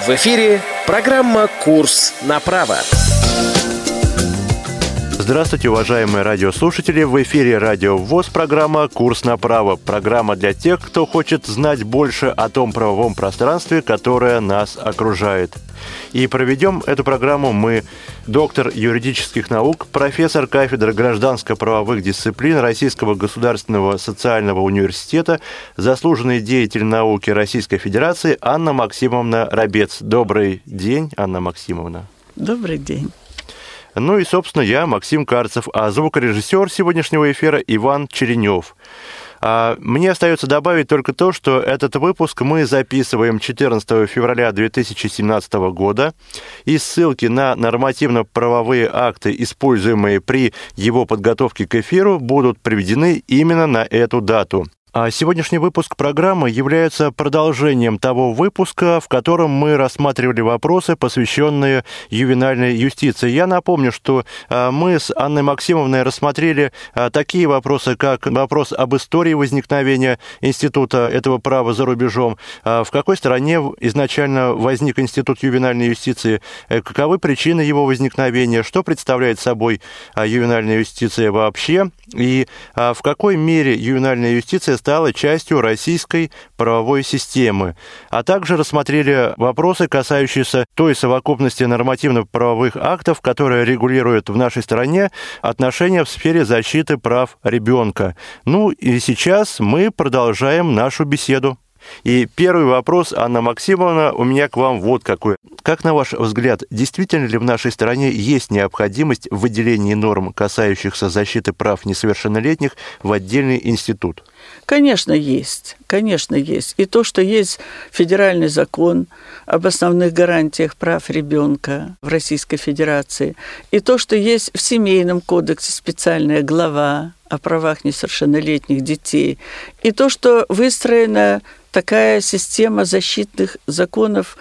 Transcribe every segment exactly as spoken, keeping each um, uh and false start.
В эфире программа «Курс на право». Здравствуйте, уважаемые радиослушатели! В эфире Радио ВОС, программа «Курс на право». Программа для тех, кто хочет знать больше о том правовом пространстве, которое нас окружает. И проведем эту программу мы, доктор юридических наук, профессор кафедры гражданско-правовых дисциплин Российского государственного социального университета, заслуженный деятель науки Российской Федерации Анна Максимовна Робец. Добрый день, Анна Максимовна. Добрый день. Ну и, собственно, я, Максим Карцев, а звукорежиссер сегодняшнего эфира Иван Черенев. А мне остается добавить только то, что этот выпуск мы записываем четырнадцатого февраля две тысячи семнадцатого года, и ссылки на нормативно-правовые акты, используемые при его подготовке к эфиру, будут приведены именно на эту дату. А сегодняшний выпуск программы является продолжением того выпуска, в котором мы рассматривали вопросы, посвященные ювенальной юстиции. Я напомню, что мы с Анной Максимовной рассмотрели такие вопросы, как вопрос об истории возникновения института этого права за рубежом, в какой стране изначально возник институт ювенальной юстиции, каковы причины его возникновения, что представляет собой ювенальная юстиция вообще, и в какой мере ювенальная юстиция стала частью российской правовой системы, а также рассмотрели вопросы, касающиеся той совокупности нормативно-правовых актов, которые регулируют в нашей стране отношения в сфере защиты прав ребенка. Ну и сейчас мы продолжаем нашу беседу. И первый вопрос, Анна Максимовна, у меня к вам вот какой. Как, на ваш взгляд, действительно ли в нашей стране есть необходимость в выделении норм, касающихся защиты прав несовершеннолетних, в отдельный институт? Конечно, есть. Конечно, есть. И то, что есть федеральный закон об основных гарантиях прав ребенка в Российской Федерации, и то, что есть в Семейном кодексе специальная глава о правах несовершеннолетних детей, и то, что выстроена такая система защитных законов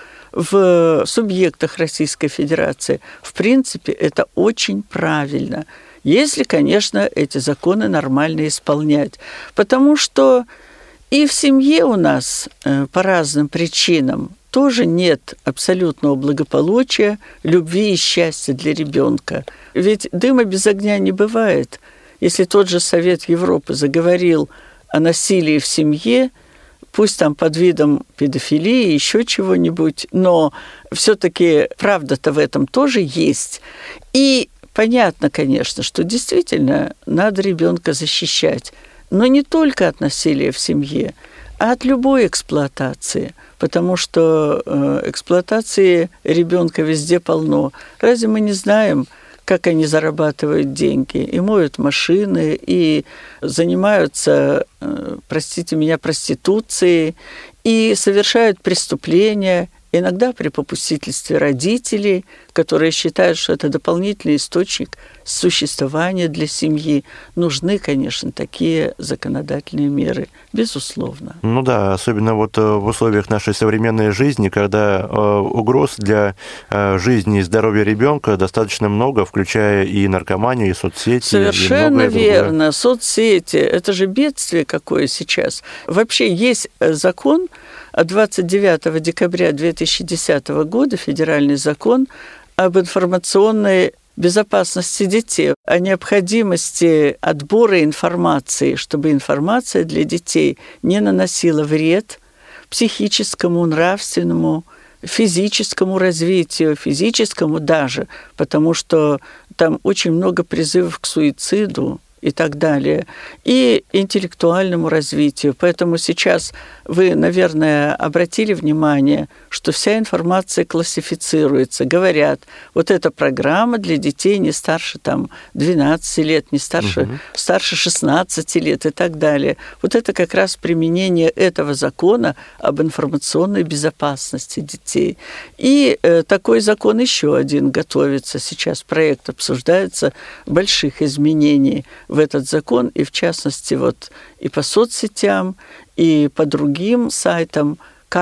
в субъектах Российской Федерации. В принципе, это очень правильно, если, конечно, эти законы нормально исполнять. Потому что и в семье у нас по разным причинам тоже нет абсолютного благополучия, любви и счастья для ребенка. Ведь дыма без огня не бывает. Если тот же Совет Европы заговорил о насилии в семье, пусть там под видом педофилии, еще чего-нибудь, но все-таки правда-то в этом тоже есть. И понятно, конечно, что действительно надо ребенка защищать, но не только от насилия в семье, а от любой эксплуатации, потому что эксплуатации ребенка везде полно. Разве мы не знаем, как они зарабатывают деньги, и моют машины, и занимаются, простите меня, проституцией, и совершают преступления, иногда при попустительстве родителей, которые считают, что это дополнительный источник существования для семьи. Нужны, конечно, такие законодательные меры, безусловно. Ну да, особенно вот в условиях нашей современной жизни, когда угроз для жизни и здоровья ребенка достаточно много, включая и наркоманию, и соцсети. Совершенно и верно. другое. Соцсети – это же бедствие какое сейчас. Вообще есть закон от двадцать девятого декабря две тысячи десятого года, федеральный закон об информационной безопасности детей, о необходимости отбора информации, чтобы информация для детей не наносила вред психическому, нравственному, физическому развитию, физическому даже, потому что там очень много призывов к суициду и так далее, и интеллектуальному развитию. Поэтому сейчас вы, наверное, обратили внимание, что вся информация классифицируется. Говорят, вот эта программа для детей не старше там, двенадцати лет, не старше, угу. старше шестнадцати лет и так далее. Вот это как раз применение этого закона об информационной безопасности детей. И э, такой закон еще один готовится. Сейчас проект обсуждается больших изменений в этот закон, и в частности вот и по соцсетям, и по другим сайтам, как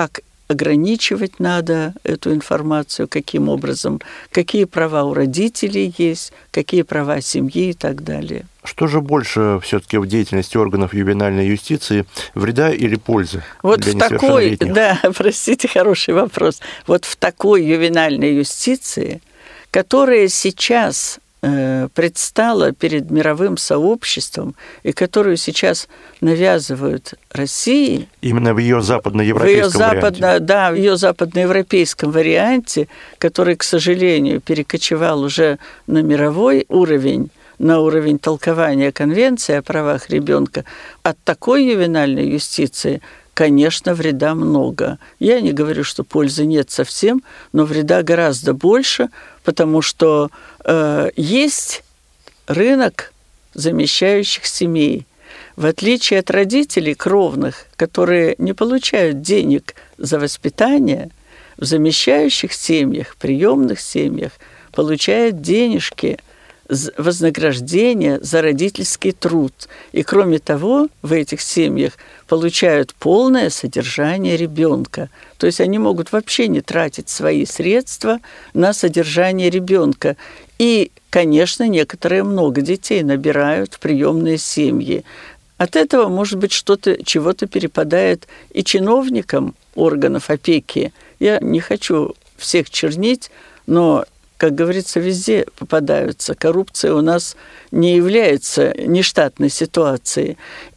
ограничивать надо эту информацию, каким образом, какие права у родителей есть, какие права семьи и так далее. Что же больше все-таки в деятельности органов ювенальной юстиции, вреда или пользы вот для в такой, несовершеннолетних? да, простите, хороший вопрос. Вот в такой ювенальной юстиции, которая сейчас э, предстала перед мировым сообществом и которую сейчас навязывают России, именно в ее западноевропейском в ее западно, варианте. Да, в ее западноевропейском варианте, который, к сожалению, перекочевал уже на мировой уровень, на уровень толкования Конвенции о правах ребенка, от такой ювенальной юстиции, конечно, вреда много. Я не говорю, что пользы нет совсем, но вреда гораздо больше, потому что э, есть рынок замещающих семей. В отличие от родителей кровных, которые не получают денег за воспитание, в замещающих семьях, приемных семьях получают денежки, вознаграждение за родительский труд. И кроме того, в этих семьях получают полное содержание ребенка. То есть они могут вообще не тратить свои средства на содержание ребенка. И, конечно, некоторые много детей набирают в приемные семьи. От этого, может быть, что-то, чего-то перепадает и чиновникам органов опеки. Я не хочу всех чернить, но, как говорится, везде попадаются. Коррупция у нас не является нештатной ситуацией.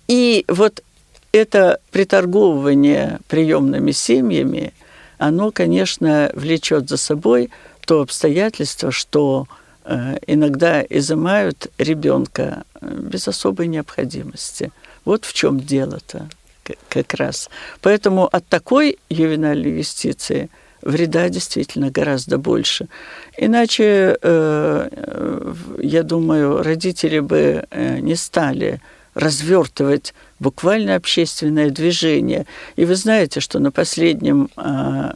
И вот это приторговывание приемными семьями, оно, конечно, влечет за собой то обстоятельство, что э, иногда изымают ребенка без особой необходимости. Вот в чем дело-то как раз. Поэтому от такой ювенальной юстиции вреда действительно гораздо больше. Иначе, э, я думаю, родители бы не стали развертывать буквально общественное движение. И вы знаете, что на последнем, э,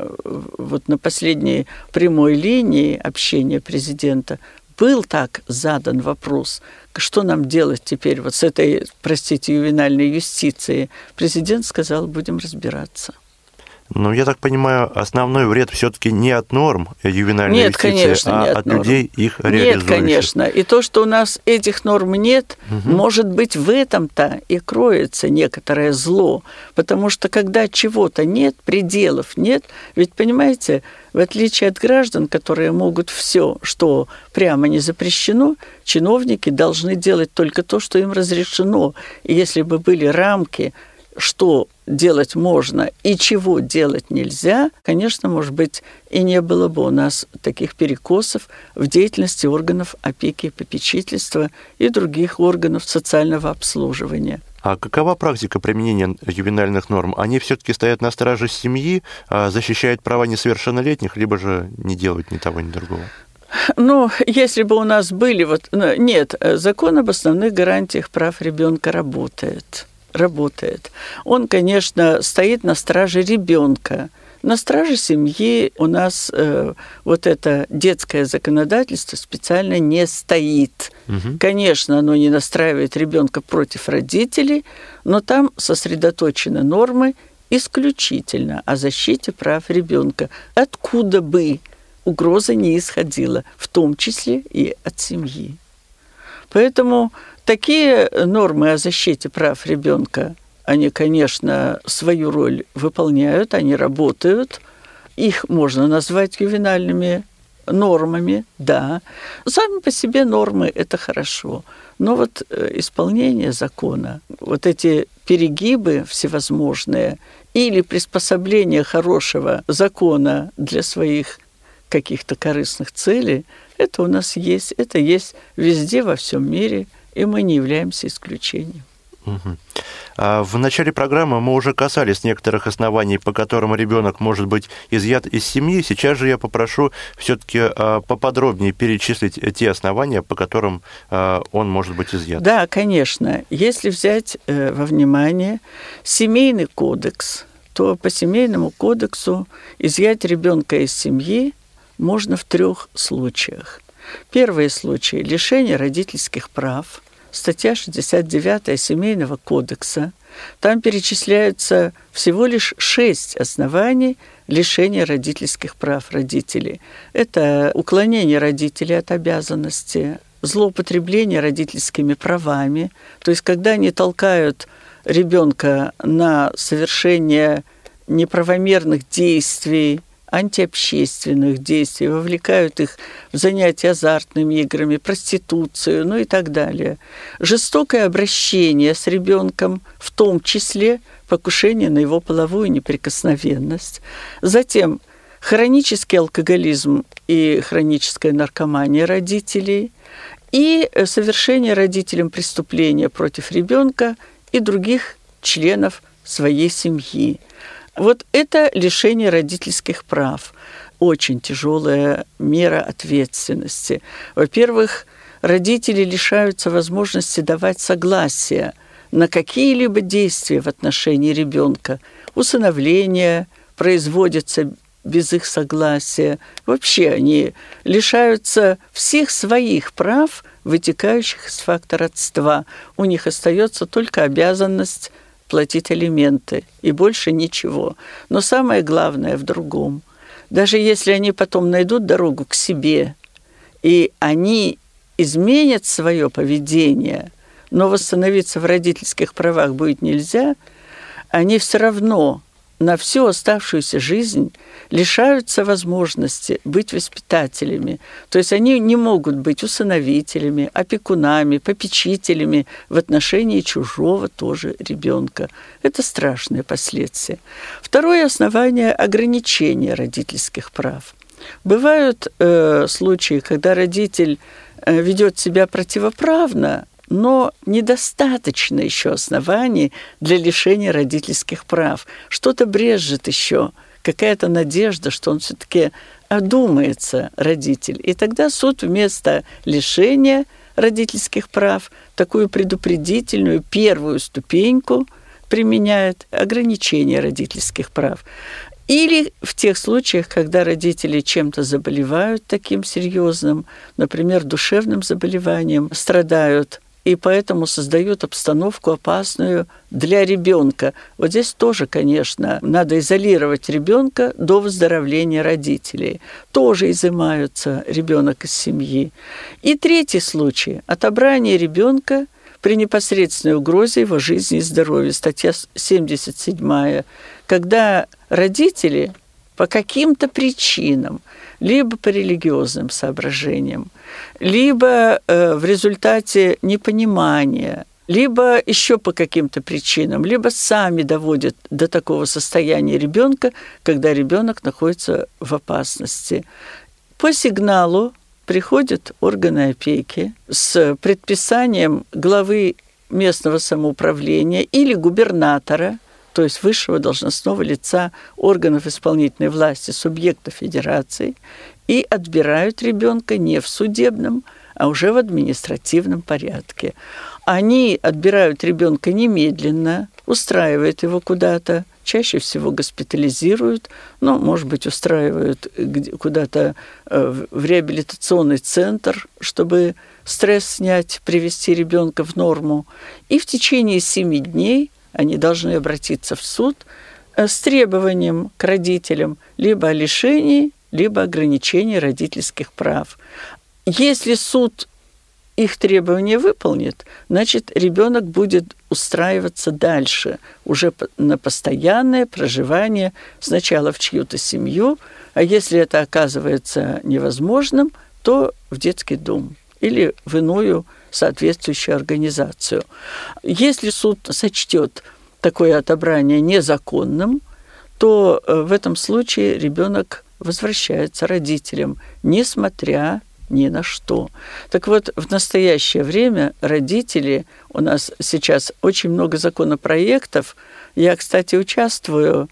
вот на последней прямой линии общения президента был так задан вопрос, что нам делать теперь вот с этой, простите, ювенальной юстицией. Президент сказал, будем разбираться. Ну, я так понимаю, основной вред все-таки не от норм ювенальной нет, юстиции, конечно, а не от, от норм. людей, их реализующих. Нет, конечно. И то, что у нас этих норм нет, угу. может быть, в этом-то и кроется некоторое зло. Потому что когда чего-то нет, пределов нет, ведь, понимаете, в отличие от граждан, которые могут все, что прямо не запрещено, чиновники должны делать только то, что им разрешено. И если бы были рамки, что делать можно и чего делать нельзя, конечно, может быть, и не было бы у нас таких перекосов в деятельности органов опеки и попечительства и других органов социального обслуживания. А какова практика применения ювенальных норм? Они все-таки стоят на страже семьи, защищают права несовершеннолетних, либо же не делают ни того, ни другого? Ну, если бы у нас были... вот нет, закон об основных гарантиях прав ребенка работает. работает. Он, конечно, стоит на страже ребенка. На страже семьи у нас э, вот это детское законодательство специально не стоит. Угу. Конечно, оно не настраивает ребенка против родителей, но там сосредоточены нормы исключительно о защите прав ребенка. Откуда бы угроза не исходила, в том числе и от семьи. Поэтому такие нормы о защите прав ребенка, они, конечно, свою роль выполняют, они работают. Их можно назвать ювенальными нормами, да. Сами по себе нормы – это хорошо. Но вот исполнение закона, вот эти перегибы всевозможные или приспособление хорошего закона для своих каких-то корыстных целей, это у нас есть, это есть везде во всем мире, и мы не являемся исключением. Угу. А в начале программы мы уже касались некоторых оснований, по которым ребенок может быть изъят из семьи. Сейчас же я попрошу все-таки поподробнее перечислить те основания, по которым он может быть изъят. Да, конечно. Если взять во внимание семейный кодекс, то по семейному кодексу изъять ребенка из семьи можно в трех случаях. Первый случай – лишение родительских прав. Статья шестьдесят девятая Семейного кодекса там перечисляются всего лишь шесть оснований лишения родительских прав родителей. Это уклонение родителей от обязанности, злоупотребление родительскими правами, то есть когда они толкают ребенка на совершение неправомерных действий, антиобщественных действий, вовлекают их в занятия азартными играми, проституцию, ну и так далее. Жестокое обращение с ребенком, в том числе покушение на его половую неприкосновенность. Затем хронический алкоголизм и хроническая наркомания родителей и совершение родителям преступления против ребенка и других членов своей семьи. Вот это лишение родительских прав. Очень тяжелая мера ответственности. Во-первых, родители лишаются возможности давать согласие на какие-либо действия в отношении ребенка. Усыновление производится без их согласия. Вообще они лишаются всех своих прав, вытекающих из факта родства. У них остается только обязанность платить алименты, и больше ничего. Но самое главное в другом. Даже если они потом найдут дорогу к себе, и они изменят свое поведение, но восстановиться в родительских правах будет нельзя, они все равно на всю оставшуюся жизнь лишаются возможности быть воспитателями. То есть они не могут быть усыновителями, опекунами, попечителями в отношении чужого тоже ребенка. Это страшные последствия. Второе основание – ограничение родительских прав. Бывают э, случаи, когда родитель э, ведет себя противоправно, но недостаточно еще оснований для лишения родительских прав. Что-то брежет еще, какая-то надежда, что он все-таки одумается, родитель. И тогда суд вместо лишения родительских прав такую предупредительную первую ступеньку применяет ограничение родительских прав. Или в тех случаях, когда родители чем-то заболевают таким серьезным, например, душевным заболеванием, страдают, и поэтому создают обстановку опасную для ребенка. Вот здесь тоже, конечно, надо изолировать ребенка до выздоровления родителей. Тоже изымаются ребенок из семьи. И третий случай – отобрание ребенка при непосредственной угрозе его жизни и здоровья. Статья семьдесят седьмая. Когда родители по каким-то причинам, либо по религиозным соображениям, либо э, в результате непонимания, либо еще по каким-то причинам, либо сами доводят до такого состояния ребенка, когда ребенок находится в опасности. По сигналу приходят органы опеки с предписанием главы местного самоуправления или губернатора, то есть высшего должностного лица органов исполнительной власти, субъекта федерации, и отбирают ребенка не в судебном, а уже в административном порядке. Они отбирают ребенка немедленно, устраивают его куда-то, чаще всего госпитализируют, ну, может быть, устраивают куда-то в реабилитационный центр, чтобы стресс снять, привести ребенка в норму. И в течение семи дней они должны обратиться в суд с требованием к родителям либо о лишении, либо ограничении родительских прав. Если суд их требования выполнит, значит, ребенок будет устраиваться дальше, уже на постоянное проживание сначала в чью-то семью, а если это оказывается невозможным, то в детский дом или в иную соответствующую организацию. Если суд сочтет такое отобрание незаконным, то в этом случае ребенок возвращается родителям, несмотря ни на что. Так вот, в настоящее время родители, у нас сейчас очень много законопроектов, я, кстати, участвую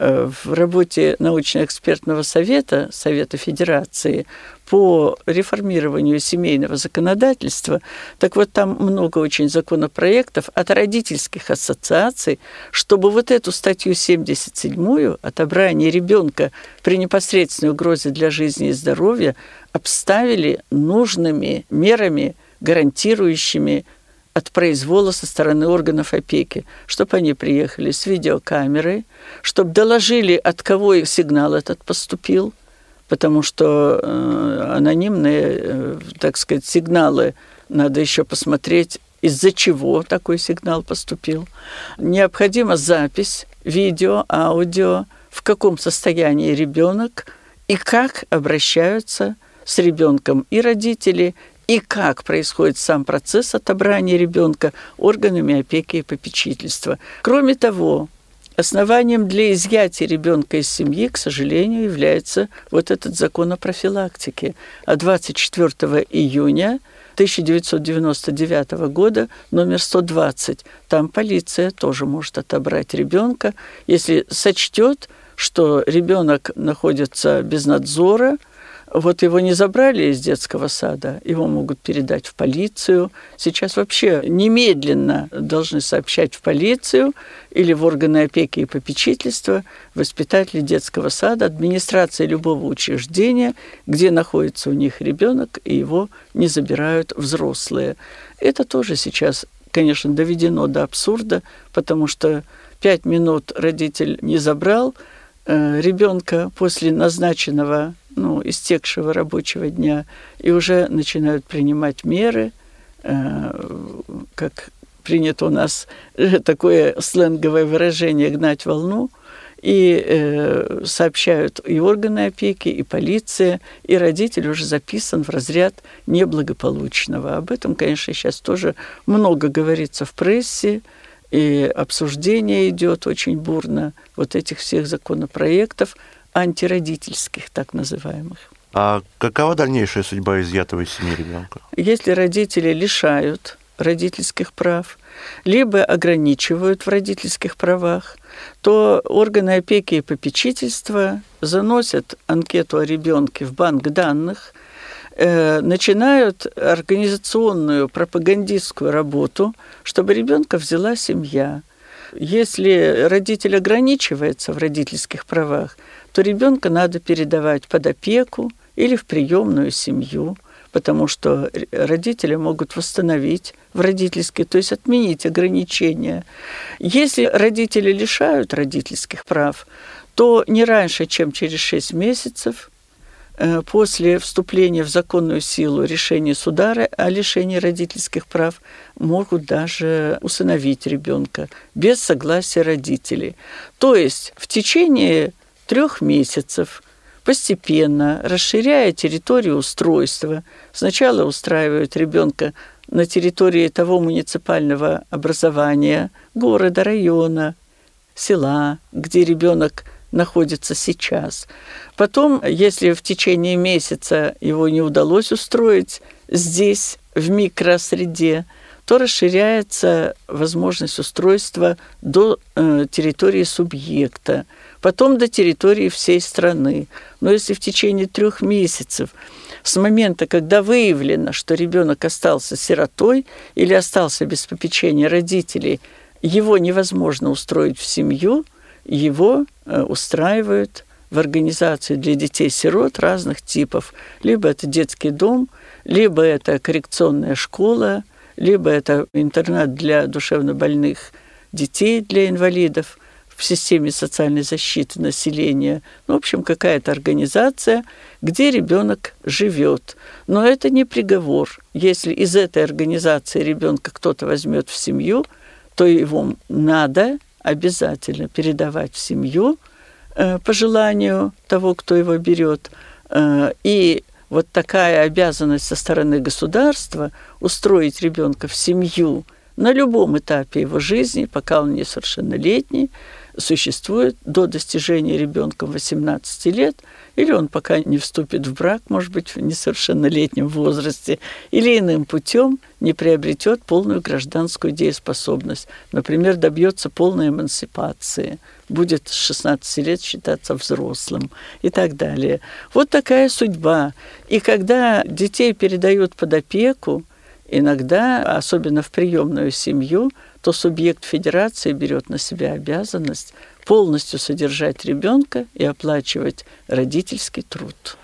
в работе научно-экспертного совета, Совета Федерации по реформированию семейного законодательства. Так вот, там много очень законопроектов от родительских ассоциаций, чтобы вот эту статью семьдесят седьмую, отобрание ребенка при непосредственной угрозе для жизни и здоровья, обставили нужными мерами, гарантирующими от произвола со стороны органов опеки, чтобы они приехали с видеокамерой, чтобы доложили, от кого сигнал этот поступил, потому что э, анонимные, э, так сказать, сигналы надо еще посмотреть, из-за чего такой сигнал поступил. Необходима запись, видео, аудио, в каком состоянии ребенок и как обращаются с ребенком и родители, и как происходит сам процесс отобрания ребенка органами опеки и попечительства. Кроме того, основанием для изъятия ребенка из семьи, к сожалению, является вот этот закон о профилактике. А двадцать четвёртого июня тысяча девятьсот девяносто девятого года, номер сто двадцать, там полиция тоже может отобрать ребенка, если сочтет, что ребенок находится без надзора. Вот его не забрали из детского сада, его могут передать в полицию. Сейчас вообще немедленно должны сообщать в полицию или в органы опеки и попечительства воспитатели детского сада, администрации любого учреждения, где находится у них ребенок, и его не забирают взрослые. Это тоже сейчас, конечно, доведено до абсурда, потому что пять минут родитель не забрал э, ребенка после назначенного, ну, истекшего рабочего дня, и уже начинают принимать меры, э, как принято у нас такое сленговое выражение «гнать волну», и э, сообщают и органы опеки, и полиция, и родитель уже записан в разряд неблагополучного. Об этом, конечно, сейчас тоже много говорится в прессе, и обсуждение идет очень бурно вот этих всех законопроектов, антиродительских, так называемых. А какова дальнейшая судьба изъятого из семьи ребенка? Если родители лишают родительских прав, либо ограничивают в родительских правах, то органы опеки и попечительства заносят анкету о ребенке в банк данных, э, начинают организационную пропагандистскую работу, чтобы ребенка взяла семья. Если родитель ограничивается в родительских правах, то ребенка надо передавать под опеку или в приемную семью, потому что родители могут восстановить в родительские, то есть отменить ограничения. Если родители лишают родительских прав, то не раньше, чем через шесть месяцев после вступления в законную силу решения суда о лишении родительских прав могут даже усыновить ребенка без согласия родителей. То есть в течение трех месяцев постепенно, расширяя территорию устройства, сначала устраивают ребенка на территории того муниципального образования, города, района, села, где ребенок находится сейчас. Потом, если в течение месяца его не удалось устроить здесь, в микросреде, то расширяется возможность устройства до э, территории субъекта, потом до территории всей страны. Но если в течение трех месяцев с момента, когда выявлено, что ребенок остался сиротой или остался без попечения родителей, его невозможно устроить в семью, его э, устраивают в организации для детей-сирот разных типов. Либо это детский дом, либо это коррекционная школа, либо это интернат для душевнобольных детей, для инвалидов в системе социальной защиты населения. Ну, в общем, какая-то организация, где ребенок живет. Но это не приговор. Если из этой организации ребенка кто-то возьмет в семью, то его надо обязательно передавать в семью э, по желанию того, кто его берет. Э, и вот такая обязанность со стороны государства устроить ребенка в семью на любом этапе его жизни, пока он несовершеннолетний, существует до достижения ребенком восемнадцати лет, или он пока не вступит в брак, может быть, в несовершеннолетнем возрасте, или иным путем не приобретет полную гражданскую дееспособность. Например, добьется полной эмансипации, будет с шестнадцати лет считаться взрослым и так далее. Вот такая судьба. И когда детей передают под опеку, иногда, особенно в приемную семью, то субъект федерации берет на себя обязанность полностью содержать ребенка и оплачивать родительский труд.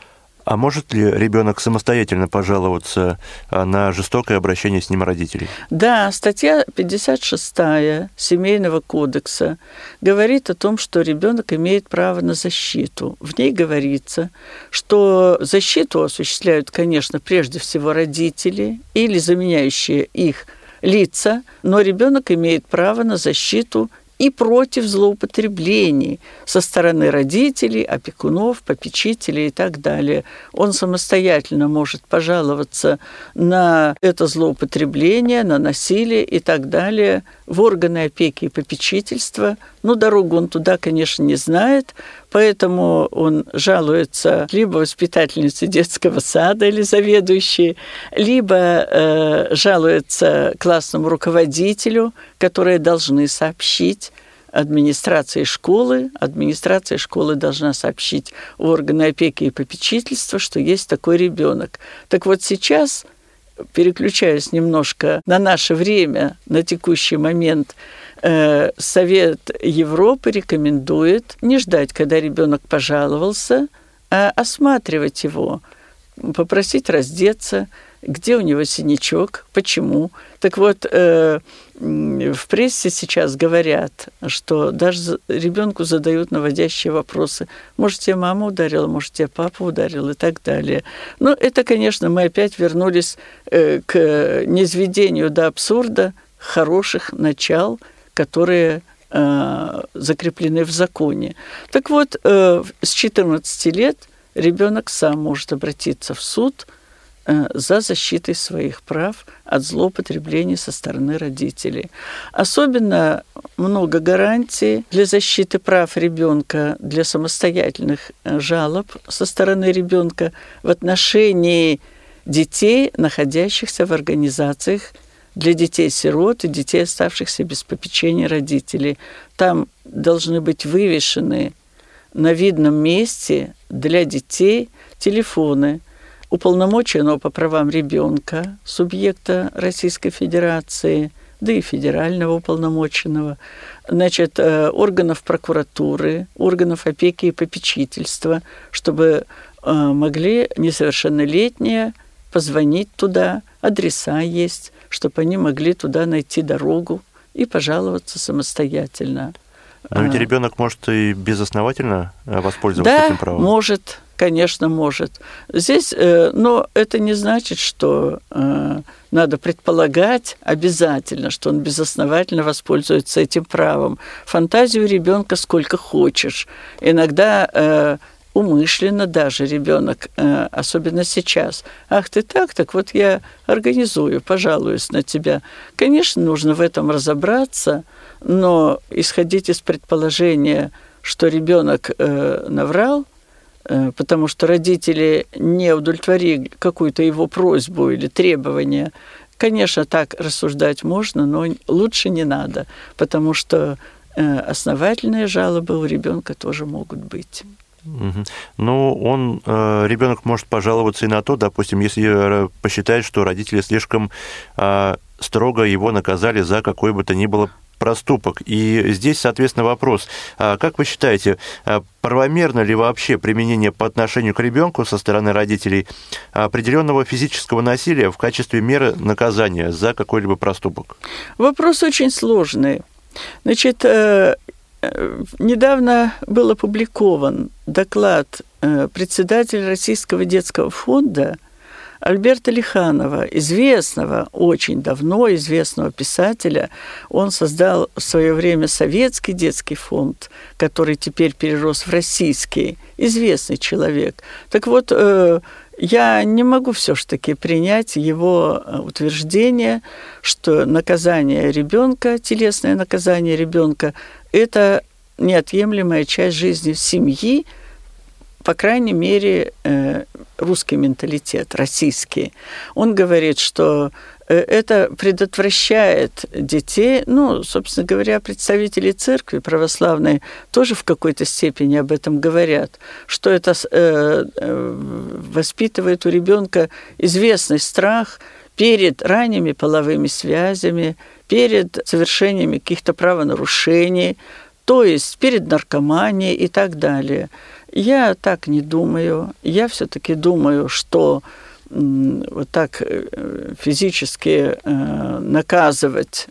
А может ли ребенок самостоятельно пожаловаться на жестокое обращение с ним родителей? Да, статья пятьдесят шестая Семейного кодекса говорит о том, что ребенок имеет право на защиту. В ней говорится, что защиту осуществляют, конечно, прежде всего родители или заменяющие их лица, но ребенок имеет право на защиту и против злоупотреблений со стороны родителей, опекунов, попечителей и так далее. Он самостоятельно может пожаловаться на это злоупотребление, на насилие и так далее в органы опеки и попечительства. Но дорогу он туда, конечно, не знает, поэтому он жалуется либо воспитательнице детского сада или заведующей, либо э, жалуется классному руководителю, которые должны сообщить администрации школы. Администрация школы должна сообщить в органы опеки и попечительства, что есть такой ребенок. Так вот сейчас, переключаясь немножко на наше время, на текущий момент, Совет Европы рекомендует не ждать, когда ребенок пожаловался, а осматривать его, попросить раздеться, где у него синячок, почему. Так вот, в прессе сейчас говорят, что даже ребенку задают наводящие вопросы. Может, тебя мама ударила, может, тебя папа ударил и так далее. Но это, конечно, мы опять вернулись к низведению до абсурда хороших начал, которые э, закреплены в законе. Так вот, э, с четырнадцати лет ребенок сам может обратиться в суд э, за защитой своих прав от злоупотреблений со стороны родителей. Особенно много гарантий для защиты прав ребенка, для самостоятельных жалоб со стороны ребенка в отношении детей, находящихся в организациях для детей-сирот и детей, оставшихся без попечения родителей. Там должны быть вывешены на видном месте для детей телефоны уполномоченного по правам ребенка, субъекта Российской Федерации, да и федерального уполномоченного, значит, органов прокуратуры, органов опеки и попечительства, чтобы могли несовершеннолетние позвонить туда, адреса есть, чтобы они могли туда найти дорогу и пожаловаться самостоятельно. Но ведь ребенок может и безосновательно воспользоваться да, этим правом. Да, может, конечно, может. Здесь, но это не значит, что надо предполагать обязательно, что он безосновательно воспользуется этим правом. Фантазию ребенка сколько хочешь. Иногда умышленно даже ребенок, особенно сейчас. Ах, ты так, так вот я организую, пожалуюсь на тебя. Конечно, нужно в этом разобраться, но исходить из предположения, что ребенок наврал, потому что родители не удовлетворили какую-то его просьбу или требование, конечно, так рассуждать можно, но лучше не надо, потому что основательные жалобы у ребенка тоже могут быть. Угу. Ну, он, ребенок может пожаловаться и на то, допустим, если посчитает, что родители слишком строго его наказали за какой бы то ни было проступок. И здесь, соответственно, вопрос, как вы считаете, правомерно ли вообще применение по отношению к ребенку со стороны родителей определенного физического насилия в качестве меры наказания за какой-либо проступок? Вопрос очень сложный. Значит, недавно был опубликован доклад председателя Российского детского фонда Альберта Лиханова, известного, очень давно известного писателя. Он создал в свое время советский детский фонд, который теперь перерос в российский. Известный человек. Так вот, я не могу все-таки принять его утверждение, что наказание ребенка, телесное наказание ребенка, это неотъемлемая часть жизни семьи, по крайней мере, русский менталитет, российский. Он говорит, что это предотвращает детей, ну, собственно говоря, представители церкви православной тоже в какой-то степени об этом говорят, что это воспитывает у ребенка известный страх перед ранними половыми связями, перед совершениями каких-то правонарушений, то есть перед наркоманией и так далее. Я так не думаю. Я все-таки думаю, что вот так физически наказывать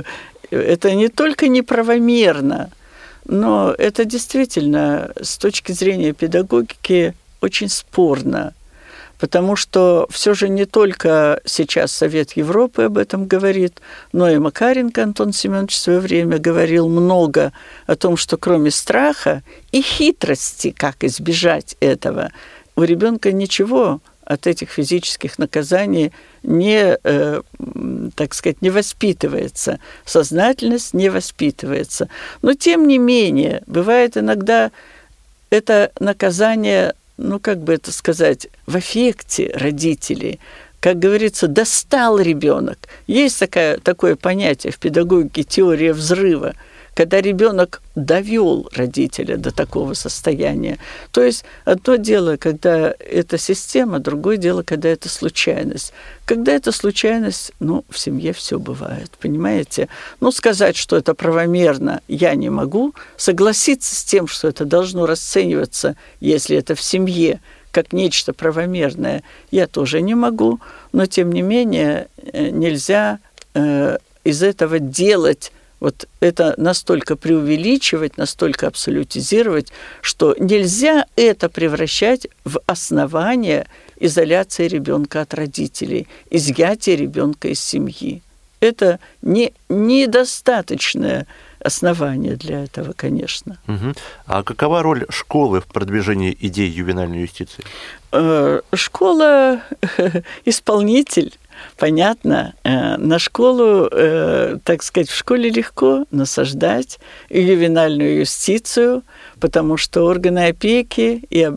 это не только неправомерно, но это действительно с точки зрения педагогики очень спорно. Потому что все же не только сейчас Совет Европы об этом говорит, но и Макаренко Антон Семенович в свое время говорил много о том, что кроме страха и хитрости, как избежать этого, у ребенка ничего от этих физических наказаний не, э, так сказать, не воспитывается. Сознательность не воспитывается. Но, тем не менее, бывает иногда это наказание, ну, как бы это сказать, в аффекте родителей. Как говорится, достал ребенок. Есть такая, такое понятие в педагогике теория взрыва, когда ребенок довел родителя до такого состояния. То есть одно дело, когда это система, другое дело, когда это случайность. Когда это случайность, ну, в семье все бывает, понимаете? Ну, сказать, что это правомерно, я не могу. Согласиться с тем, что это должно расцениваться, если это в семье, как нечто правомерное, я тоже не могу. Но, тем не менее, нельзя э, из этого делать вот это настолько преувеличивать, настолько абсолютизировать, что нельзя это превращать в основание изоляции ребенка от родителей, изъятия ребенка из семьи. Это не, недостаточное основание для этого, конечно. Угу. А какова роль школы в продвижении идей ювенальной юстиции? Э, школа – исполнитель. Понятно, на школу, так сказать, в школе легко насаждать ювенальную юстицию, потому что органы опеки и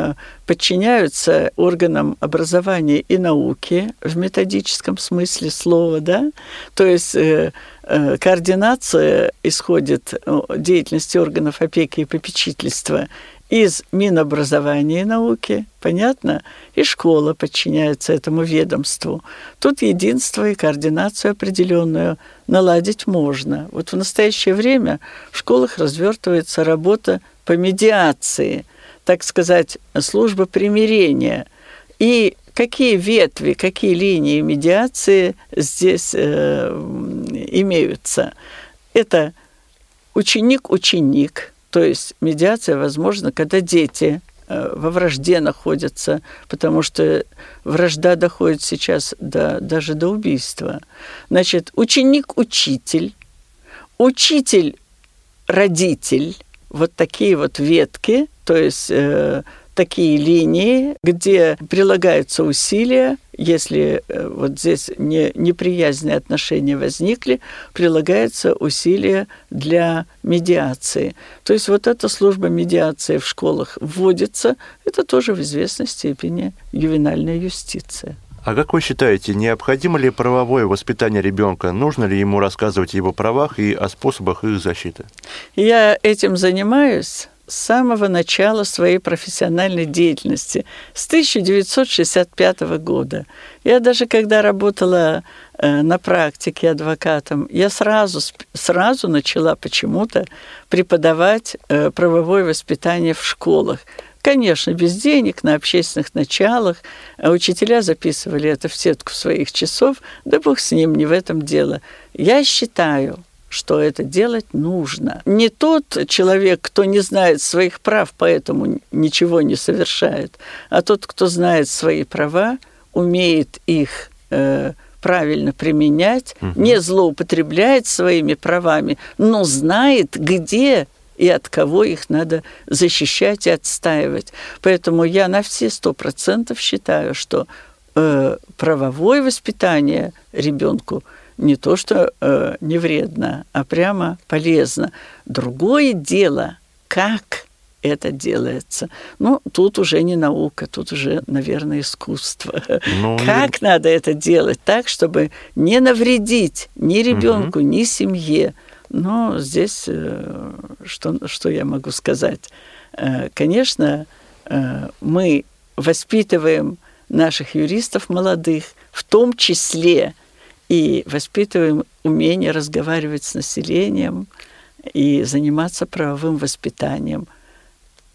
подчиняются органам образования и науки в методическом смысле слова, да, то есть координация исходит деятельности органов опеки и попечительства из Минобразования и науки, понятно? И школа подчиняется этому ведомству. Тут единство и координацию определенную наладить можно. Вот в настоящее время в школах развертывается работа по медиации, так сказать, служба примирения. И какие ветви, какие линии медиации здесь э, имеются? Это ученик-ученик. То есть медиация возможна, когда дети во вражде находятся, потому что вражда доходит сейчас до, даже до убийства. Значит, ученик-учитель, учитель-родитель, вот такие вот ветки, то есть э, такие линии, где прилагаются усилия, если э, вот здесь не, неприязненные отношения возникли, прилагаются усилия для медиации. То есть вот эта служба медиации в школах вводится, это тоже в известной степени ювенальная юстиция. А как вы считаете, необходимо ли правовое воспитание ребенка? Нужно ли ему рассказывать о его правах и о способах их защиты? Я этим занимаюсь с самого начала своей профессиональной деятельности, с тысяча девятьсот шестьдесят пятого года. Я даже когда работала э, на практике адвокатом, я сразу, сразу начала почему-то преподавать э, правовое воспитание в школах. Конечно, без денег, на общественных началах. Учителя записывали это в сетку своих часов, да бог с ним, не в этом дело. Я считаю, что это делать нужно. Не тот человек, кто не знает своих прав, поэтому ничего не совершает, а тот, кто знает свои права, умеет их э, правильно применять, угу. не злоупотребляет своими правами, но знает, где и от кого их надо защищать и отстаивать. Поэтому я на все сто процентов считаю, что э, правовое воспитание ребенку не то, что э, не вредно, а прямо полезно. Другое дело, как это делается. Ну, тут уже не наука, тут уже, наверное, искусство. Ну, как не... надо это делать так, чтобы не навредить ни ребенку, угу. ни семье. Но здесь, э, что, что я могу сказать? Э, конечно, э, мы воспитываем наших юристов молодых, в том числе и воспитываем умение разговаривать с населением и заниматься правовым воспитанием.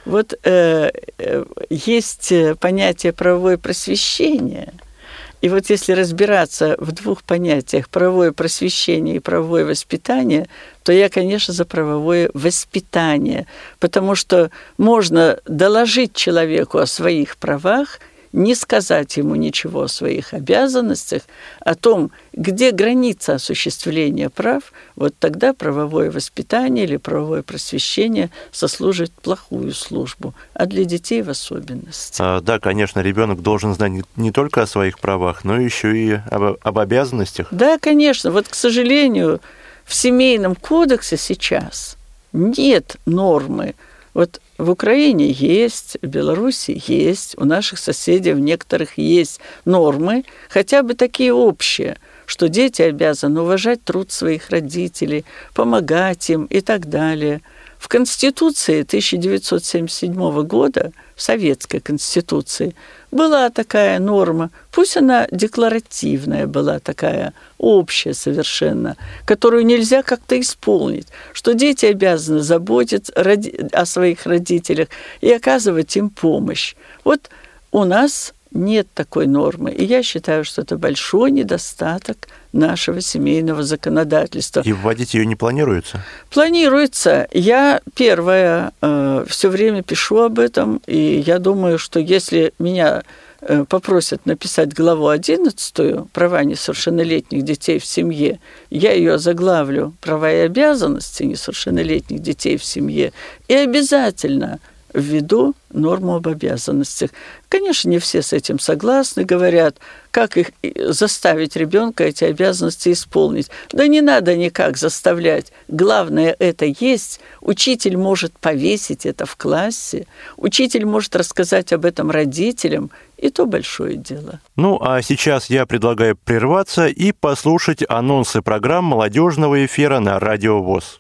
Вот э, э, есть понятие правовое просвещение. И вот если разбираться в двух понятиях правовое просвещение и правовое воспитание, то я, конечно, за правовое воспитание, потому что можно доложить человеку о своих правах, не сказать ему ничего о своих обязанностях, о том, где граница осуществления прав, вот тогда правовое воспитание или правовое просвещение сослужит плохую службу, а для детей в особенности. А, да, конечно, ребенок должен знать не, не только о своих правах, но еще и об, об обязанностях. Да, конечно. Вот, к сожалению, в Семейном кодексе сейчас нет нормы. Вот в Украине есть, в Беларуси есть, у наших соседей в некоторых есть нормы, хотя бы такие общие, что дети обязаны уважать труд своих родителей, помогать им и так далее. В Конституции тысяча девятьсот семьдесят седьмого года, в Советской Конституции, была такая норма, пусть она декларативная была такая, общая совершенно, которую нельзя как-то исполнить, что дети обязаны заботиться о своих родителях и оказывать им помощь. Вот у нас нет такой нормы, и я считаю, что это большой недостаток нашего семейного законодательства. И вводить ее не планируется? Планируется. Я первая э, все время пишу об этом, и я думаю, что если меня э, попросят написать главу одиннадцатую «Права несовершеннолетних детей в семье», я ее озаглавлю «Права и обязанности несовершеннолетних детей в семье», и обязательно введу норму об обязанностях. Конечно, не все с этим согласны, говорят, как их заставить ребенка эти обязанности исполнить. Да не надо никак заставлять. Главное, это есть. Учитель может повесить это в классе, учитель может рассказать об этом родителям, и то большое дело. Ну, а сейчас я предлагаю прерваться и послушать анонсы программ молодежного эфира на Радио ВОС.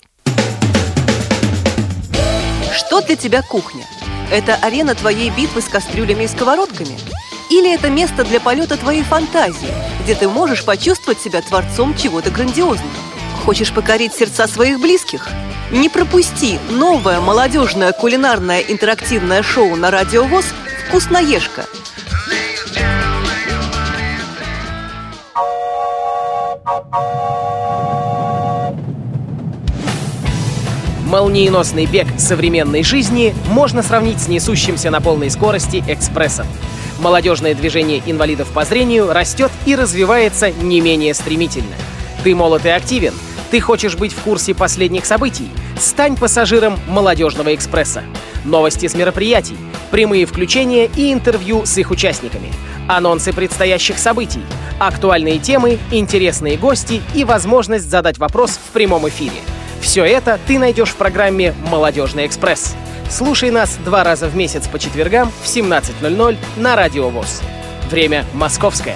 Что для тебя кухня? Это арена твоей битвы с кастрюлями и сковородками? Или это место для полета твоей фантазии, где ты можешь почувствовать себя творцом чего-то грандиозного? Хочешь покорить сердца своих близких? Не пропусти новое молодежное кулинарное интерактивное шоу на Радио ВОС «Вкусноежка». Молниеносный бег современной жизни можно сравнить с несущимся на полной скорости экспрессом. Молодежное движение инвалидов по зрению растет и развивается не менее стремительно. Ты молод и активен? Ты хочешь быть в курсе последних событий? Стань пассажиром молодежного экспресса. Новости с мероприятий, прямые включения и интервью с их участниками, анонсы предстоящих событий, актуальные темы, интересные гости и возможность задать вопрос в прямом эфире. Все это ты найдешь в программе «Молодежный экспресс». Слушай нас два раза в месяц по четвергам в семнадцать ноль ноль на Радио ВОС. Время московское.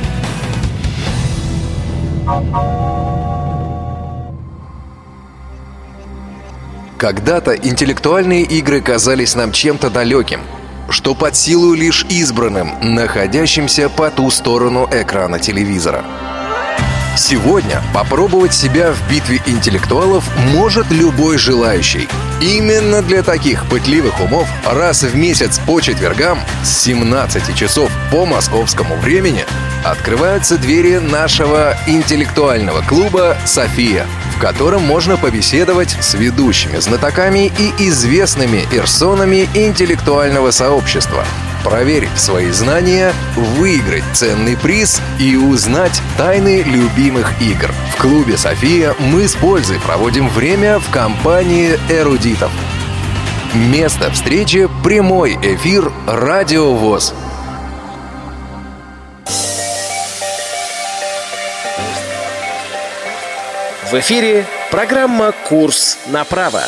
Когда-то интеллектуальные игры казались нам чем-то далеким, что под силу лишь избранным, находящимся по ту сторону экрана телевизора. Сегодня попробовать себя в битве интеллектуалов может любой желающий. Именно для таких пытливых умов раз в месяц по четвергам с семнадцати часов по московскому времени открываются двери нашего интеллектуального клуба «София», в котором можно побеседовать с ведущими знатоками и известными персонами интеллектуального сообщества, проверить свои знания, выиграть ценный приз и узнать тайны любимых игр. В клубе «София» мы с пользой проводим время в компании эрудитов. Место встречи – прямой эфир Радио ВОС. В эфире программа «Курс на право».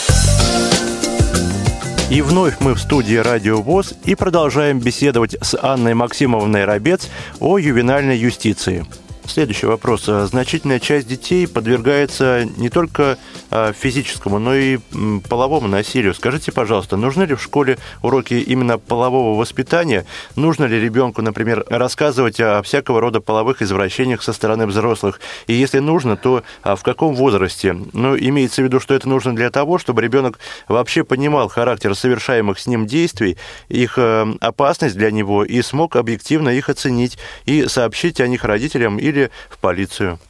И вновь мы в студии Радио ВОС и продолжаем беседовать с Анной Максимовной Рабец о ювенальной юстиции. Следующий вопрос. Значительная часть детей подвергается не только физическому, но и половому насилию. Скажите, пожалуйста, нужны ли в школе уроки именно полового воспитания? Нужно ли ребенку, например, рассказывать о всякого рода половых извращениях со стороны взрослых? И если нужно, то в каком возрасте? Ну, имеется в виду, что это нужно для того, чтобы ребенок вообще понимал характер совершаемых с ним действий, их опасность для него и смог объективно их оценить и сообщить о них родителям или в полицию.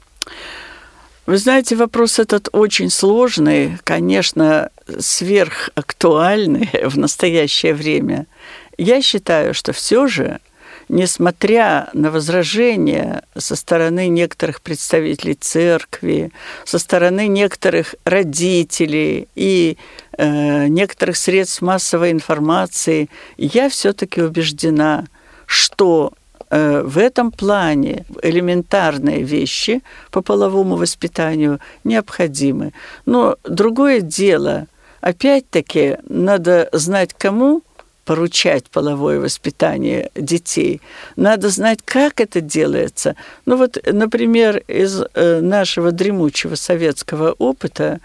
Вы знаете, вопрос этот очень сложный, конечно, сверхактуальный в настоящее время. Я считаю, что все же, несмотря на возражения со стороны некоторых представителей церкви, со стороны некоторых родителей и э, некоторых средств массовой информации, я все-таки убеждена, что в этом плане элементарные вещи по половому воспитанию необходимы. Но другое дело, опять-таки, надо знать, кому поручать половое воспитание детей. Надо знать, как это делается. Ну вот, например, из нашего дремучего советского опыта,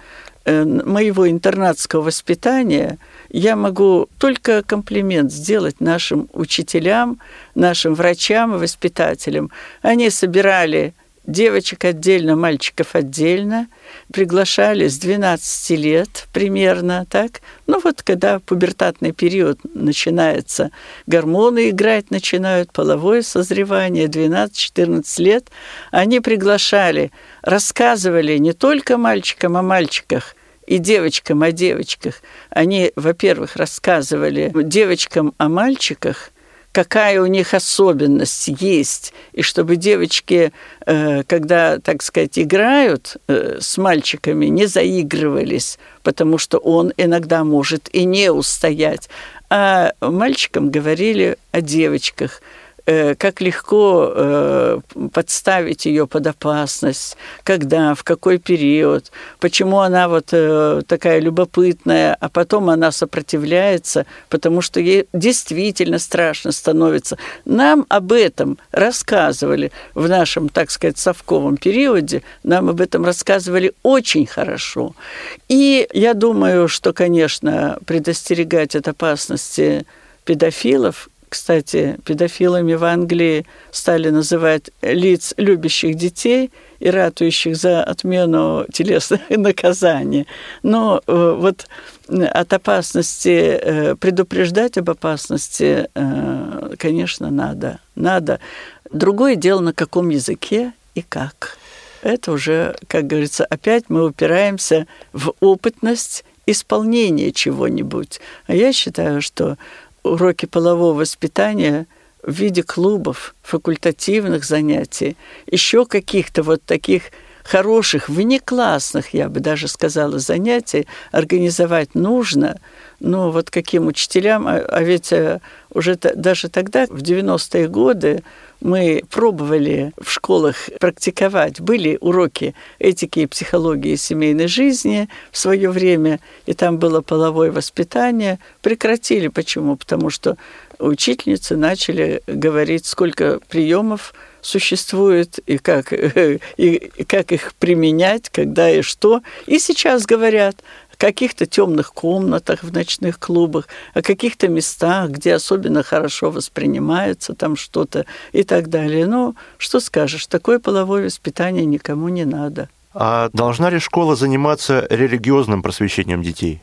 моего интернатского воспитания, я могу только комплимент сделать нашим учителям, нашим врачам и воспитателям. Они собирали девочек отдельно, мальчиков отдельно, приглашали с двенадцати лет примерно, так? Ну вот, когда пубертатный период начинается, гормоны играть начинают, половое созревание, двенадцать-четырнадцать лет, они приглашали, рассказывали не только мальчикам о мальчиках, и девочкам о девочках. Они, во-первых, рассказывали девочкам о мальчиках, какая у них особенность есть, и чтобы девочки, когда, так сказать, играют с мальчиками, не заигрывались, потому что он иногда может и не устоять. А мальчикам говорили о девочках, как легко подставить ее под опасность, когда, в какой период, почему она вот такая любопытная, а потом она сопротивляется, потому что ей действительно страшно становится. Нам об этом рассказывали в нашем, так сказать, совковом периоде, нам об этом рассказывали очень хорошо. И я думаю, что, конечно, предостерегать от опасности педофилов. Кстати, педофилами в Англии стали называть лиц, любящих детей и ратующих за отмену телесных наказаний. Но э, вот от опасности, э, предупреждать об опасности, э, конечно, надо. Надо. Другое дело, на каком языке и как. Это уже, как говорится, опять мы упираемся в опытность исполнения чего-нибудь. А я считаю, что уроки полового воспитания в виде клубов, факультативных занятий, еще каких-то вот таких хороших, внеклассных, я бы даже сказала, занятий организовать нужно. Ну, вот каким учителям, а, а ведь уже даже тогда, в девяностые годы, мы пробовали в школах практиковать. Были уроки этики и психологии семейной жизни в свое время, и там было половое воспитание. Прекратили. Почему? Потому что учительницы начали говорить, сколько приемов существует, и как, и как их применять, когда и что. И сейчас говорят о каких-то темных комнатах в ночных клубах, о каких-то местах, где особенно хорошо воспринимается там что-то и так далее. Ну, что скажешь, такое половое воспитание никому не надо. А должна ли школа заниматься религиозным просвещением детей?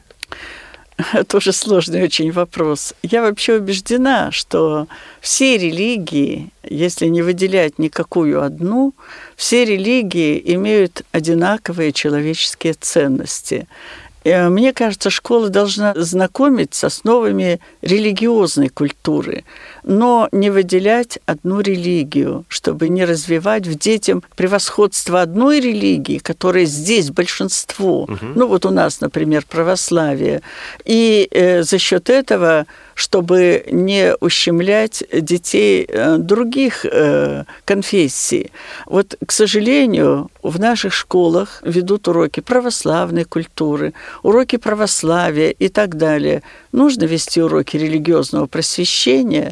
Тоже сложный очень вопрос. Я вообще убеждена, что все религии, если не выделять никакую одну, все религии имеют одинаковые человеческие ценности. Мне кажется, школа должна знакомить с основами религиозной культуры, но не выделять одну религию, чтобы не развивать в детям превосходство одной религии, которая здесь большинство. Угу. Ну вот у нас, например, православие. И э, за счет этого, чтобы не ущемлять детей э, других э, конфессий. Вот, к сожалению, в наших школах ведут уроки православной культуры, уроки православия и так далее. Нужно вести уроки религиозного просвещения,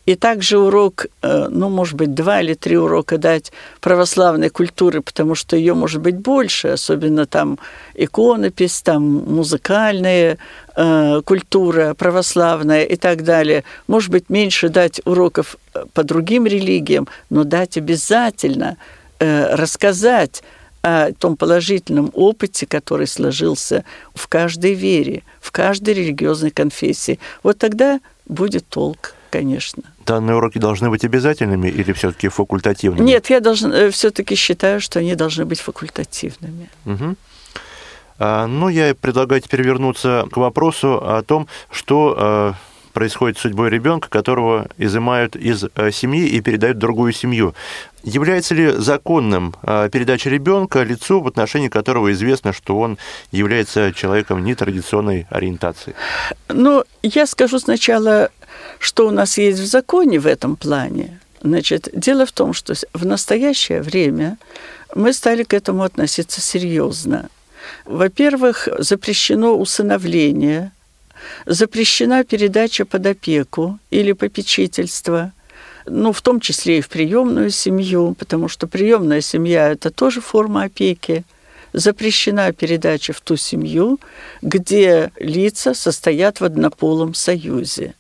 И также урок, ну, может быть, два или три урока дать православной культуры, потому что ее может быть больше, особенно там иконопись, там музыкальная э, культура православная и так далее. Может быть, меньше дать уроков по другим религиям, но дать обязательно, э, рассказать о том положительном опыте, который сложился в каждой вере, в каждой религиозной конфессии. Вот тогда будет толк, конечно. Данные уроки должны быть обязательными или все-таки факультативными? Нет, я должен, все-таки считаю, что они должны быть факультативными. Угу. А, ну, я предлагаю теперь вернуться к вопросу о том, что а, происходит с судьбой ребенка, которого изымают из а, семьи и передают в другую семью. Является ли законным а, передача ребенка лицу, в отношении которого известно, что он является человеком нетрадиционной ориентации? Ну, я скажу сначала, что у нас есть в законе в этом плане. Значит, дело в том, что в настоящее время мы стали к этому относиться серьезно. Во-первых, запрещено усыновление, запрещена передача под опеку или попечительство, ну, в том числе и в приемную семью, потому что приемная семья – это тоже форма опеки. Запрещена передача в ту семью, где лица состоят в однополом союзе.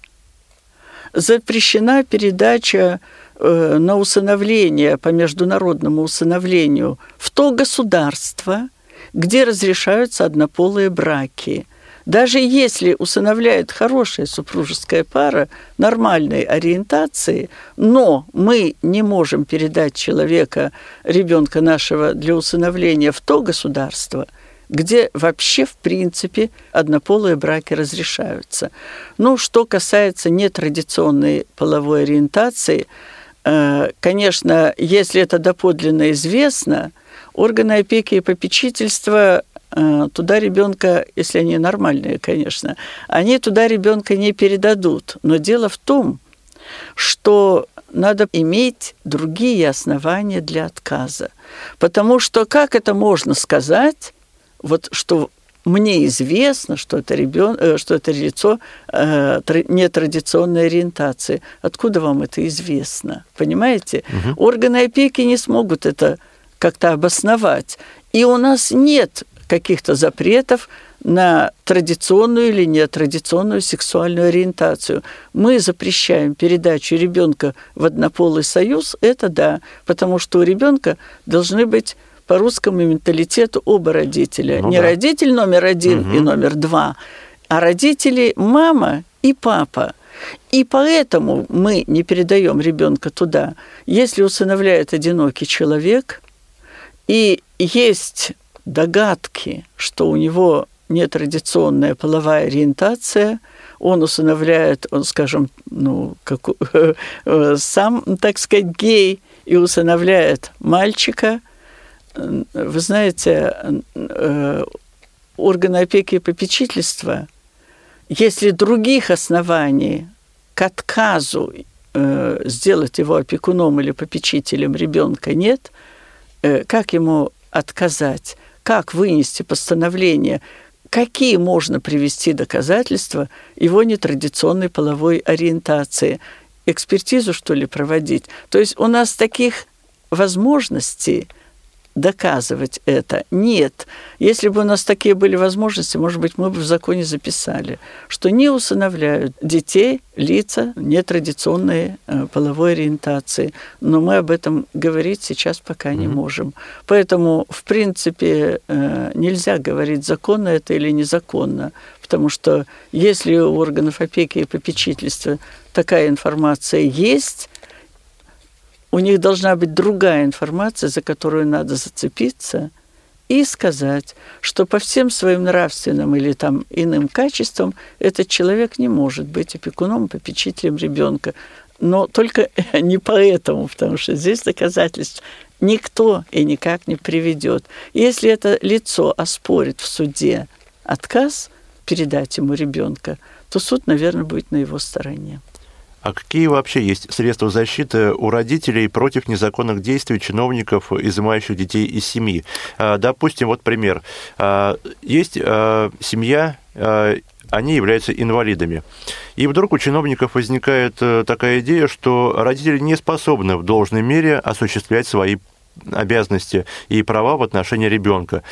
Запрещена передача э, на усыновление, по международному усыновлению, в то государство, где разрешаются однополые браки. Даже если усыновляет хорошая супружеская пара нормальной ориентации, но мы не можем передать человека, ребенка нашего, для усыновления в то государство, где вообще, в принципе, однополые браки разрешаются. Ну, что касается нетрадиционной половой ориентации, конечно, если это доподлинно известно, органы опеки и попечительства туда ребенка, если они нормальные, конечно, они туда ребенка не передадут. Но дело в том, что надо иметь другие основания для отказа. Потому что как это можно сказать, вот что мне известно, что это, ребен... что это лицо э, нетрадиционной ориентации. Откуда вам это известно? Понимаете? Угу. Органы опеки не смогут это как-то обосновать. И у нас нет каких-то запретов на традиционную или нетрадиционную сексуальную ориентацию. Мы запрещаем передачу ребенка в однополый союз, это да, потому что у ребенка должны быть по русскому менталитету оба родителя. Ну, не да. родитель номер один угу. и номер два, а родители мама и папа. И поэтому мы не передаем ребенка туда. Если усыновляет одинокий человек, и есть догадки, что у него нетрадиционная половая ориентация, он усыновляет, он, скажем, ну, как, сам, так сказать, гей, и усыновляет мальчика. Вы знаете, органы опеки и попечительства, если других оснований к отказу сделать его опекуном или попечителем ребенка нет, как ему отказать? Как вынести постановление? Какие можно привести доказательства его нетрадиционной половой ориентации? Экспертизу, что ли, проводить? То есть у нас таких возможностей доказывать это нет. Если бы у нас такие были возможности, может быть, мы бы в законе записали, что не усыновляют детей лица нетрадиционной э, половой ориентации. Но мы об этом говорить сейчас пока не mm-hmm. можем. Поэтому, в принципе, э, нельзя говорить, законно это или незаконно. Потому что если у органов опеки и попечительства такая информация есть, у них должна быть другая информация, за которую надо зацепиться и сказать, что по всем своим нравственным или там иным качествам этот человек не может быть опекуном, попечителем ребенка. Но только не поэтому, потому что здесь доказательств никто и никак не приведет. Если это лицо оспорит в суде отказ передать ему ребенка, то суд, наверное, будет на его стороне. А какие вообще есть средства защиты у родителей против незаконных действий чиновников, изымающих детей из семьи? Допустим, вот пример. Есть семья, они являются инвалидами. И вдруг у чиновников возникает такая идея, что родители не способны в должной мере осуществлять свои обязанности и права в отношении ребенка,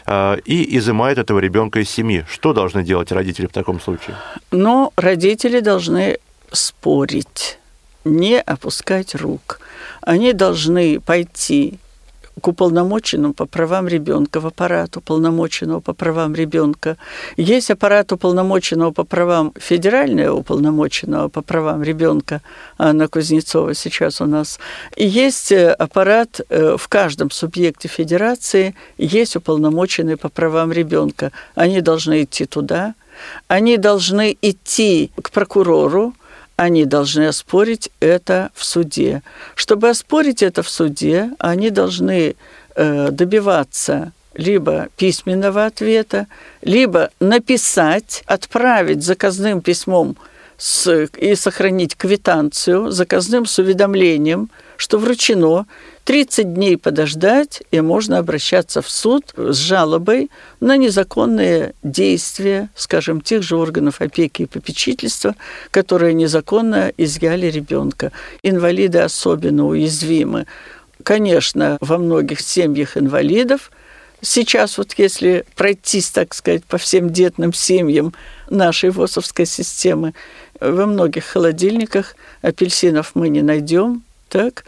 и изымает этого ребенка из семьи. Что должны делать родители в таком случае? Но родители должны спорить, не опускать рук. Они должны пойти к уполномоченному по правам ребенка, в аппарат уполномоченного по правам ребенка. Есть аппарат уполномоченного по правам, федерального уполномоченного по правам ребенка, Анна Кузнецова сейчас у нас. И есть аппарат в каждом субъекте федерации, есть уполномоченные по правам ребенка. Они должны идти туда, они должны идти к прокурору, они должны оспорить это в суде. Чтобы оспорить это в суде, они должны э, добиваться либо письменного ответа, либо написать, отправить заказным письмом с, и сохранить квитанцию заказным с уведомлением, что вручено, тридцать дней подождать, и можно обращаться в суд с жалобой на незаконные действия, скажем, тех же органов опеки и попечительства, которые незаконно изъяли ребенка. Инвалиды особенно уязвимы. Конечно, во многих семьях инвалидов сейчас вот если пройтись, так сказать, по всем детным семьям нашей ВОСовской системы, во многих холодильниках апельсинов мы не найдем, так?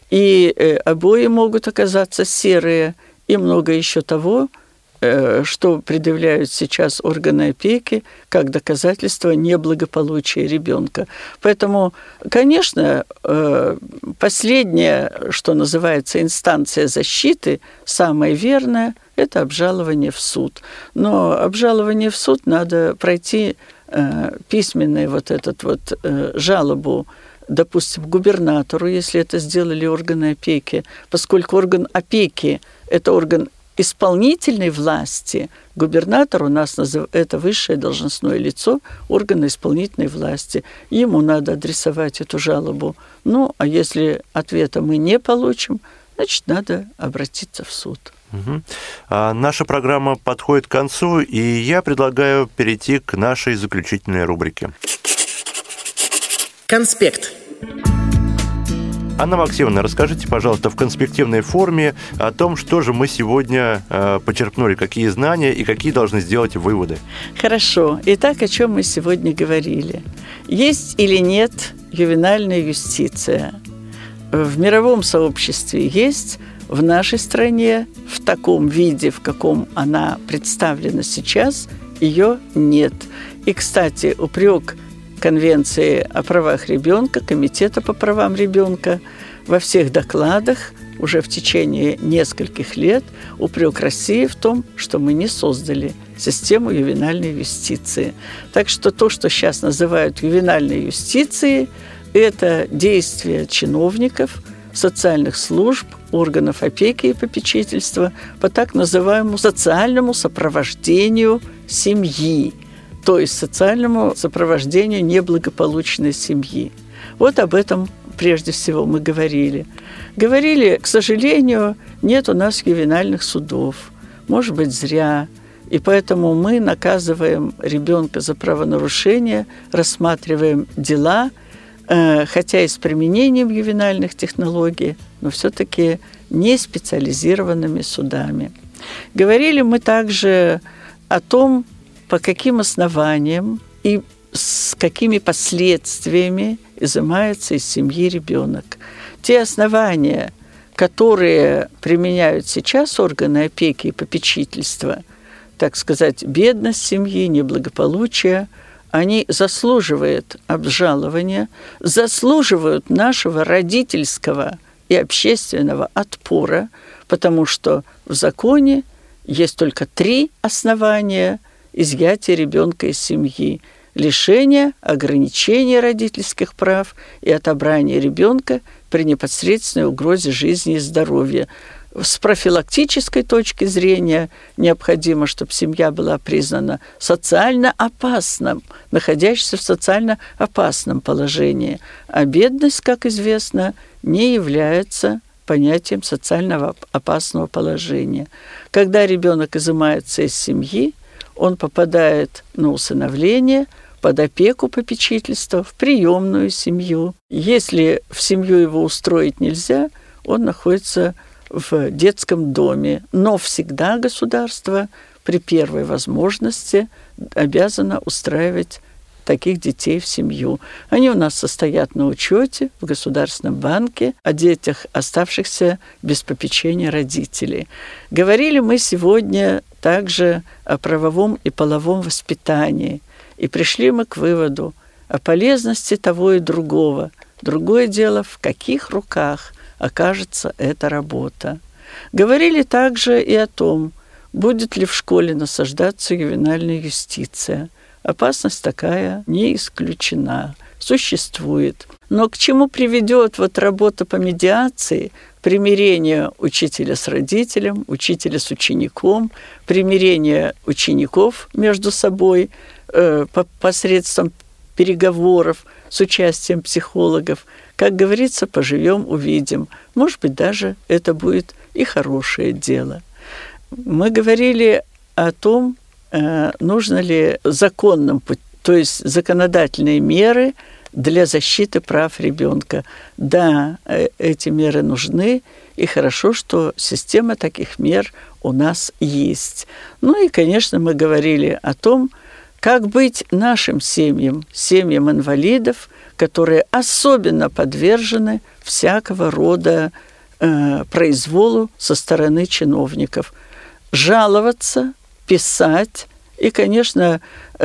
И э, обои могут оказаться серые, и много еще того, э, что предъявляют сейчас органы опеки как доказательство неблагополучия ребенка. Поэтому, конечно, э, последняя, что называется, инстанция защиты, самая верная, это обжалование в суд. Но обжалование в суд надо пройти э, письменный вот этот вот э, жалобу, допустим, губернатору, если это сделали органы опеки, поскольку орган опеки – это орган исполнительной власти, губернатор у нас назыв... это высшее должностное лицо органа исполнительной власти. Ему надо адресовать эту жалобу. Ну, а если ответа мы не получим, значит, надо обратиться в суд. Угу. А наша программа подходит к концу, и я предлагаю перейти к нашей заключительной рубрике. Конспект. Анна Максимовна, расскажите, пожалуйста, в конспективной форме о том, что же мы сегодня э, почерпнули, какие знания и какие должны сделать выводы. Хорошо. Итак, о чем мы сегодня говорили? Есть или нет ювенальная юстиция? В мировом сообществе есть, в нашей стране в таком виде, в каком она представлена сейчас, ее нет. И, кстати, упрек Конвенции о правах ребенка, Комитета по правам ребенка во всех докладах уже в течение нескольких лет упрек России в том, что мы не создали систему ювенальной юстиции. Так что то, что сейчас называют ювенальной юстицией, это действия чиновников, социальных служб, органов опеки и попечительства по так называемому социальному сопровождению семьи, то есть социальному сопровождению неблагополучной семьи. Вот об этом прежде всего мы говорили. Говорили, к сожалению, нет у нас ювенальных судов. Может быть, зря. И поэтому мы наказываем ребенка за правонарушение, рассматриваем дела, э, хотя и с применением ювенальных технологий, но все-таки не специализированными судами. Говорили мы также о том, по каким основаниям и с какими последствиями изымается из семьи ребенок. Те основания, которые применяют сейчас органы опеки и попечительства, так сказать, бедность семьи, неблагополучие, они заслуживают обжалования, заслуживают нашего родительского и общественного отпора, потому что в законе есть только три основания изъятия ребенка из семьи: лишение, ограничение родительских прав и отобрание ребенка при непосредственной угрозе жизни и здоровья. С профилактической точки зрения необходимо, чтобы семья была признана социально опасным, находящимся в социально опасном положении. А бедность, как известно, не является понятием социально опасного положения. Когда ребенок изымается из семьи, он попадает на усыновление, под опеку попечительства, в приемную семью. Если в семью его устроить нельзя, он находится в детском доме. Но всегда государство при первой возможности обязано устраивать таких детей в семью. Они у нас состоят на учете в Государственном банке о детях, оставшихся без попечения родителей. Говорили мы сегодня также о правовом и половом воспитании. И пришли мы к выводу о полезности того и другого. Другое дело, в каких руках окажется эта работа. Говорили также и о том, будет ли в школе насаждаться ювенальная юстиция. Опасность такая не исключена, существует. Но к чему приведет вот работа по медиации, примирение учителя с родителем, учителя с учеником, примирение учеников между собой э, по, посредством переговоров с участием психологов? Как говорится, поживем, увидим. Может быть, даже это будет и хорошее дело. Мы говорили о том, нужно ли законным путем, то есть законодательные меры для защиты прав ребенка. Да, эти меры нужны, и хорошо, что система таких мер у нас есть. Ну и, конечно, мы говорили о том, как быть нашим семьям, семьям инвалидов, которые особенно подвержены всякого рода э, произволу со стороны чиновников. Жаловаться, писать и, конечно,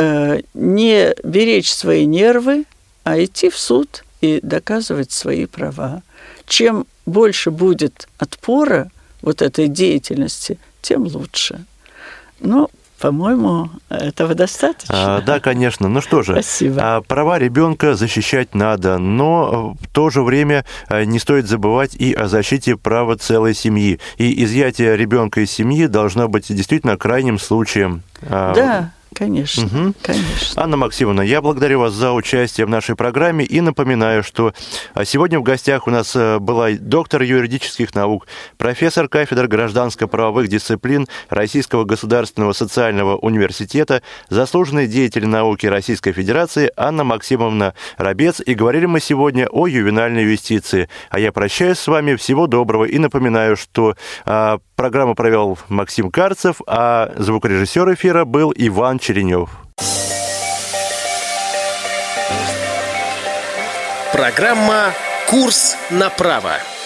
не беречь свои нервы, а идти в суд и доказывать свои права. Чем больше будет отпора вот этой деятельности, тем лучше. Ну, по-моему, этого достаточно. А, да, конечно. Ну что же, Спасибо. Права ребенка защищать надо, но в то же время не стоит забывать и о защите права целой семьи. И изъятие ребенка из семьи должно быть действительно крайним случаем. Да. Конечно, угу. конечно. Анна Максимовна, я благодарю вас за участие в нашей программе и напоминаю, что сегодня в гостях у нас была доктор юридических наук, профессор кафедры гражданско-правовых дисциплин Российского государственного социального университета, заслуженный деятель науки Российской Федерации Анна Максимовна Рабец. И говорили мы сегодня о ювенальной юстиции. А я прощаюсь с вами. Всего доброго. И напоминаю, что а, программу провел Максим Карцев, а звукорежиссер эфира был Иван Черенев. Программа «Курс на право».